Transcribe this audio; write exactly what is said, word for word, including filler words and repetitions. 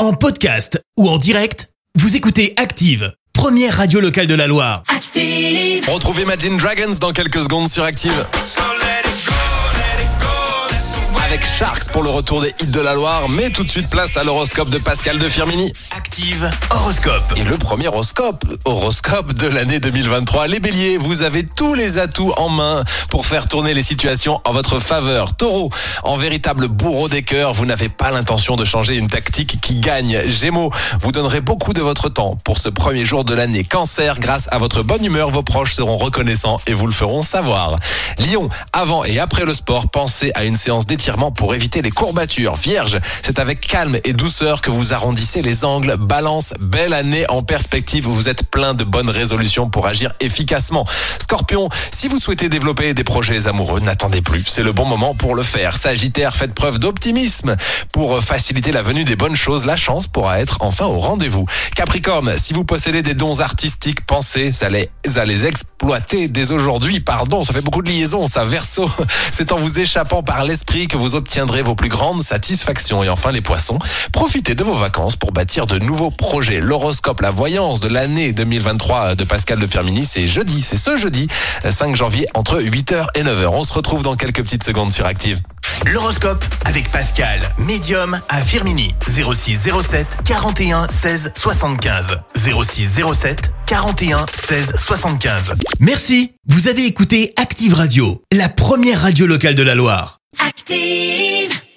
En podcast ou en direct, vous écoutez Active, première radio locale de la Loire. Active. Retrouvez Imagine Dragons dans quelques secondes sur Active. Avec Sharks pour le retour des hits de la Loire, mais tout de suite place à l'horoscope de Pascal de Firmini. Active horoscope. Et le premier horoscope, horoscope de l'année deux mille vingt-trois. Les béliers, vous avez tous les atouts en main pour faire tourner les situations en votre faveur. Taureau, en véritable bourreau des cœurs, vous n'avez pas l'intention de changer une tactique qui gagne. Gémeaux, vous donnerez beaucoup de votre temps pour ce premier jour de l'année. Cancer, grâce à votre bonne humeur, vos proches seront reconnaissants et vous le feront savoir. Lion, avant et après le sport, pensez à une séance d'étirement pour éviter les courbatures. Vierge, c'est avec calme et douceur que vous arrondissez les angles. Balance, belle année en perspective, vous êtes plein de bonnes résolutions pour agir efficacement. Scorpion, si vous souhaitez développer des projets amoureux, n'attendez plus, c'est le bon moment pour le faire. Sagittaire, faites preuve d'optimisme pour faciliter la venue des bonnes choses, la chance pourra être enfin au rendez-vous. Capricorne, si vous possédez des dons artistiques, pensez à les, à les exploiter dès aujourd'hui. Pardon, ça fait beaucoup de liaisons, ça. Verseau, c'est en vous échappant par l'esprit que vous obtiendrez vos plus grandes satisfactions. Et enfin les poissons, profitez de vos vacances pour bâtir de nouveaux projets. L'horoscope, la voyance de l'année deux mille vingt-trois de Pascal de Firmini, c'est jeudi, c'est ce jeudi cinq janvier entre huit heures et neuf heures. On se retrouve dans quelques petites secondes sur Active. L'horoscope avec Pascal, médium à Firmini. zéro six zéro sept quarante et un seize soixante-quinze. zéro six zéro sept quarante et un seize soixante-quinze. Merci, vous avez écouté Active Radio, la première radio locale de la Loire. Active.